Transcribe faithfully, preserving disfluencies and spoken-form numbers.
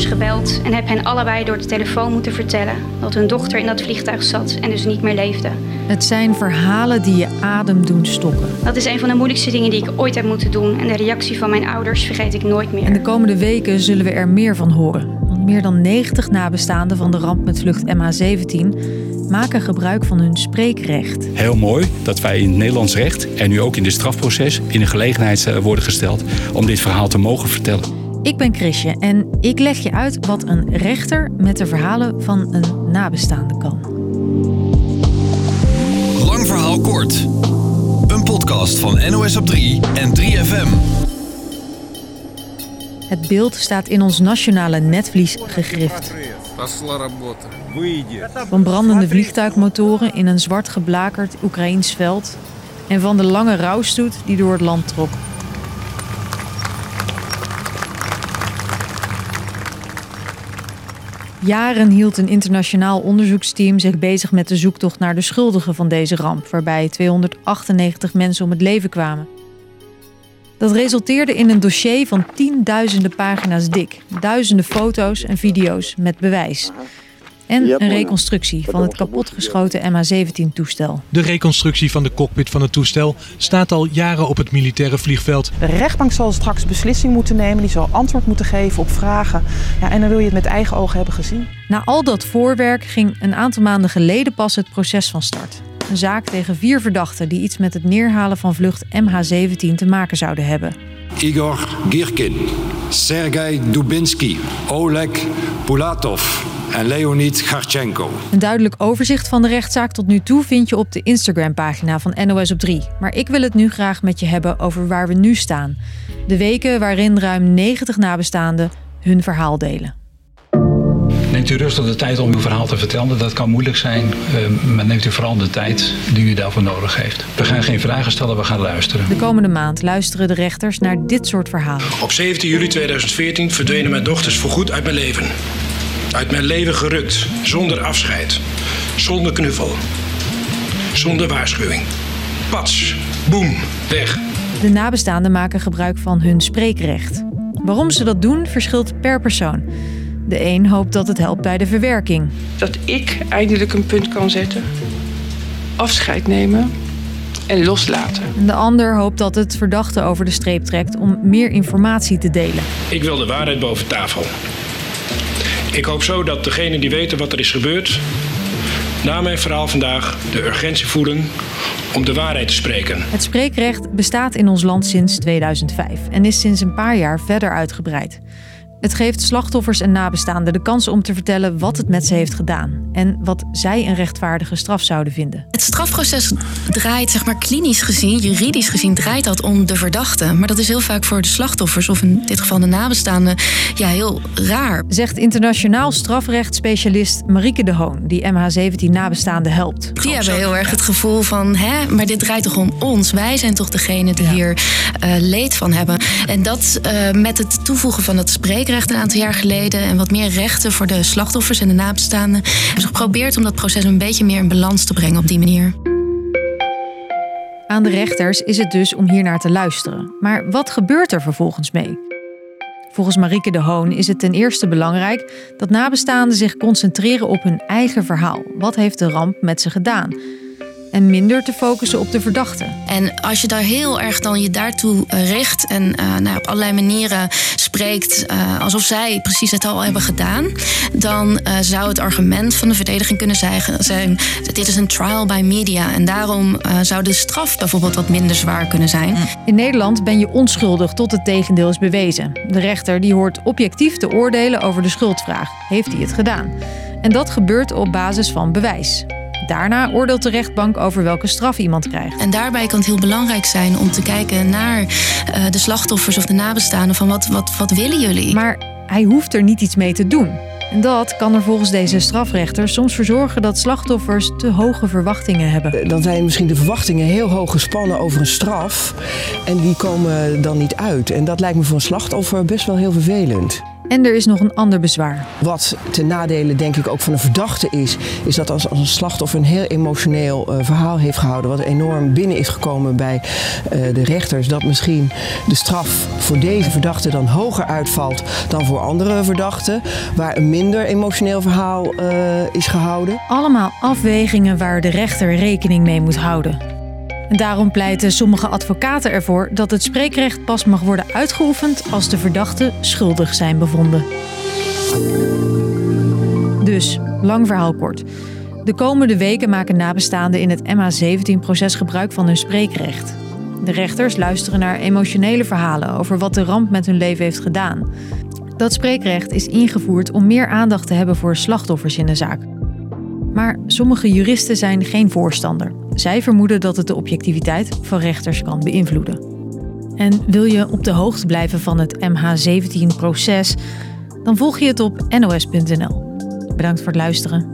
ouders gebeld en heb hen allebei door de telefoon moeten vertellen dat hun dochter in dat vliegtuig zat en dus niet meer leefde. Het zijn verhalen die je adem doen stokken. Dat is een van de moeilijkste dingen die ik ooit heb moeten doen en de reactie van mijn ouders vergeet ik nooit meer. En de komende weken zullen we er meer van horen. Want meer dan negentig nabestaanden van de ramp met vlucht M H zeventien maken gebruik van hun spreekrecht. Heel mooi dat wij in het Nederlands recht en nu ook in dit strafproces in de gelegenheid worden gesteld om dit verhaal te mogen vertellen. Ik ben Chrisje en ik leg je uit wat een rechter met de verhalen van een nabestaande kan. Lang verhaal kort. Een podcast van N O S op drie en drie F M. Het beeld staat in ons nationale netvlies gegrift. Van brandende vliegtuigmotoren in een zwart geblakerd Oekraïns veld en van de lange rouwstoet die door het land trok. Jaren hield een internationaal onderzoeksteam zich bezig met de zoektocht naar de schuldigen van deze ramp, waarbij tweehonderdachtennegentig mensen om het leven kwamen. Dat resulteerde in een dossier van tienduizenden pagina's dik, duizenden foto's en video's met bewijs. En een reconstructie van het kapotgeschoten M H zeventien-toestel. De reconstructie van de cockpit van het toestel staat al jaren op het militaire vliegveld. De rechtbank zal straks beslissing moeten nemen, die zal antwoord moeten geven op vragen. Ja, en dan wil je het met eigen ogen hebben gezien. Na al dat voorwerk ging een aantal maanden geleden pas het proces van start. Een zaak tegen vier verdachten die iets met het neerhalen van vlucht M H zeventien te maken zouden hebben. Igor Girkin, Sergei Dubinsky, Oleg Pulatov en Leonid Garchenko. Een duidelijk overzicht van de rechtszaak tot nu toe vind je op de Instagram-pagina van N O S op drie. Maar ik wil het nu graag met je hebben over waar we nu staan. De weken waarin ruim negentig nabestaanden hun verhaal delen. Neemt u rustig de tijd om uw verhaal te vertellen. Dat kan moeilijk zijn, maar neemt u vooral de tijd die u daarvoor nodig heeft. We gaan geen vragen stellen, we gaan luisteren. De komende maand luisteren de rechters naar dit soort verhalen. Op zeventien juli tweeduizend veertien verdwenen mijn dochters voorgoed uit mijn leven. Uit mijn leven gerukt, zonder afscheid, zonder knuffel, zonder waarschuwing. Pats, boem, weg. De nabestaanden maken gebruik van hun spreekrecht. Waarom ze dat doen, verschilt per persoon. De een hoopt dat het helpt bij de verwerking. Dat ik eindelijk een punt kan zetten, afscheid nemen en loslaten. En de ander hoopt dat het verdachte over de streep trekt om meer informatie te delen. Ik wil de waarheid boven tafel. Ik hoop zo dat degenen die weten wat er is gebeurd, na mijn verhaal vandaag de urgentie voelen om de waarheid te spreken. Het spreekrecht bestaat in ons land sinds tweeduizend vijf en is sinds een paar jaar verder uitgebreid. Het geeft slachtoffers en nabestaanden de kans om te vertellen wat het met ze heeft gedaan en wat zij een rechtvaardige straf zouden vinden. Het strafproces draait, zeg maar klinisch gezien, juridisch gezien, draait dat om de verdachte. Maar dat is heel vaak voor de slachtoffers, of in dit geval de nabestaanden, ja, heel raar. Zegt internationaal strafrechtsspecialist Marieke de Hoon, die M H zeventien nabestaanden helpt. Die hebben heel erg het gevoel van, hè, maar dit draait toch om ons? Wij zijn toch degene die ja. hier uh, leed van hebben. En dat uh, met het toevoegen van het spreekrecht een aantal jaar geleden en wat meer rechten voor de slachtoffers en de nabestaanden, hebben ze geprobeerd om dat proces een beetje meer in balans te brengen op die manier. Aan de rechters is het dus om hier naar te luisteren. Maar wat gebeurt er vervolgens mee? Volgens Marieke de Hoon is het ten eerste belangrijk dat nabestaanden zich concentreren op hun eigen verhaal. Wat heeft de ramp met ze gedaan? En minder te focussen op de verdachte. En als je daar heel erg dan je daartoe richt en uh, nou, op allerlei manieren spreekt uh, alsof zij precies het al hebben gedaan, dan uh, zou het argument van de verdediging kunnen zeggen, zijn dit is een trial by media en daarom uh, zou de straf bijvoorbeeld wat minder zwaar kunnen zijn. In Nederland ben je onschuldig tot het tegendeel is bewezen. De rechter die hoort objectief te oordelen over de schuldvraag. Heeft hij het gedaan? En dat gebeurt op basis van bewijs. Daarna oordeelt de rechtbank over welke straf iemand krijgt. En daarbij kan het heel belangrijk zijn om te kijken naar uh, de slachtoffers of de nabestaanden van wat, wat, wat willen jullie? Maar hij hoeft er niet iets mee te doen. En dat kan er volgens deze strafrechter soms voor zorgen dat slachtoffers te hoge verwachtingen hebben. Dan zijn misschien de verwachtingen heel hoog gespannen over een straf en die komen dan niet uit. En dat lijkt me voor een slachtoffer best wel heel vervelend. En er is nog een ander bezwaar. Wat ten nadele denk ik ook van een verdachte is, is dat als, als een slachtoffer een heel emotioneel uh, verhaal heeft gehouden, wat enorm binnen is gekomen bij uh, de rechters, dat misschien de straf voor deze verdachte dan hoger uitvalt dan voor andere verdachten, waar een minder emotioneel verhaal uh, is gehouden. Allemaal afwegingen waar de rechter rekening mee moet houden. En daarom pleiten sommige advocaten ervoor dat het spreekrecht pas mag worden uitgeoefend als de verdachten schuldig zijn bevonden. Dus, lang verhaal kort. De komende weken maken nabestaanden in het M H zeventien-proces gebruik van hun spreekrecht. De rechters luisteren naar emotionele verhalen over wat de ramp met hun leven heeft gedaan. Dat spreekrecht is ingevoerd om meer aandacht te hebben voor slachtoffers in de zaak. Maar sommige juristen zijn geen voorstander. Zij vermoeden dat het de objectiviteit van rechters kan beïnvloeden. En wil je op de hoogte blijven van het M H zeventien-proces? Dan volg je het op N O S punt N L. Bedankt voor het luisteren.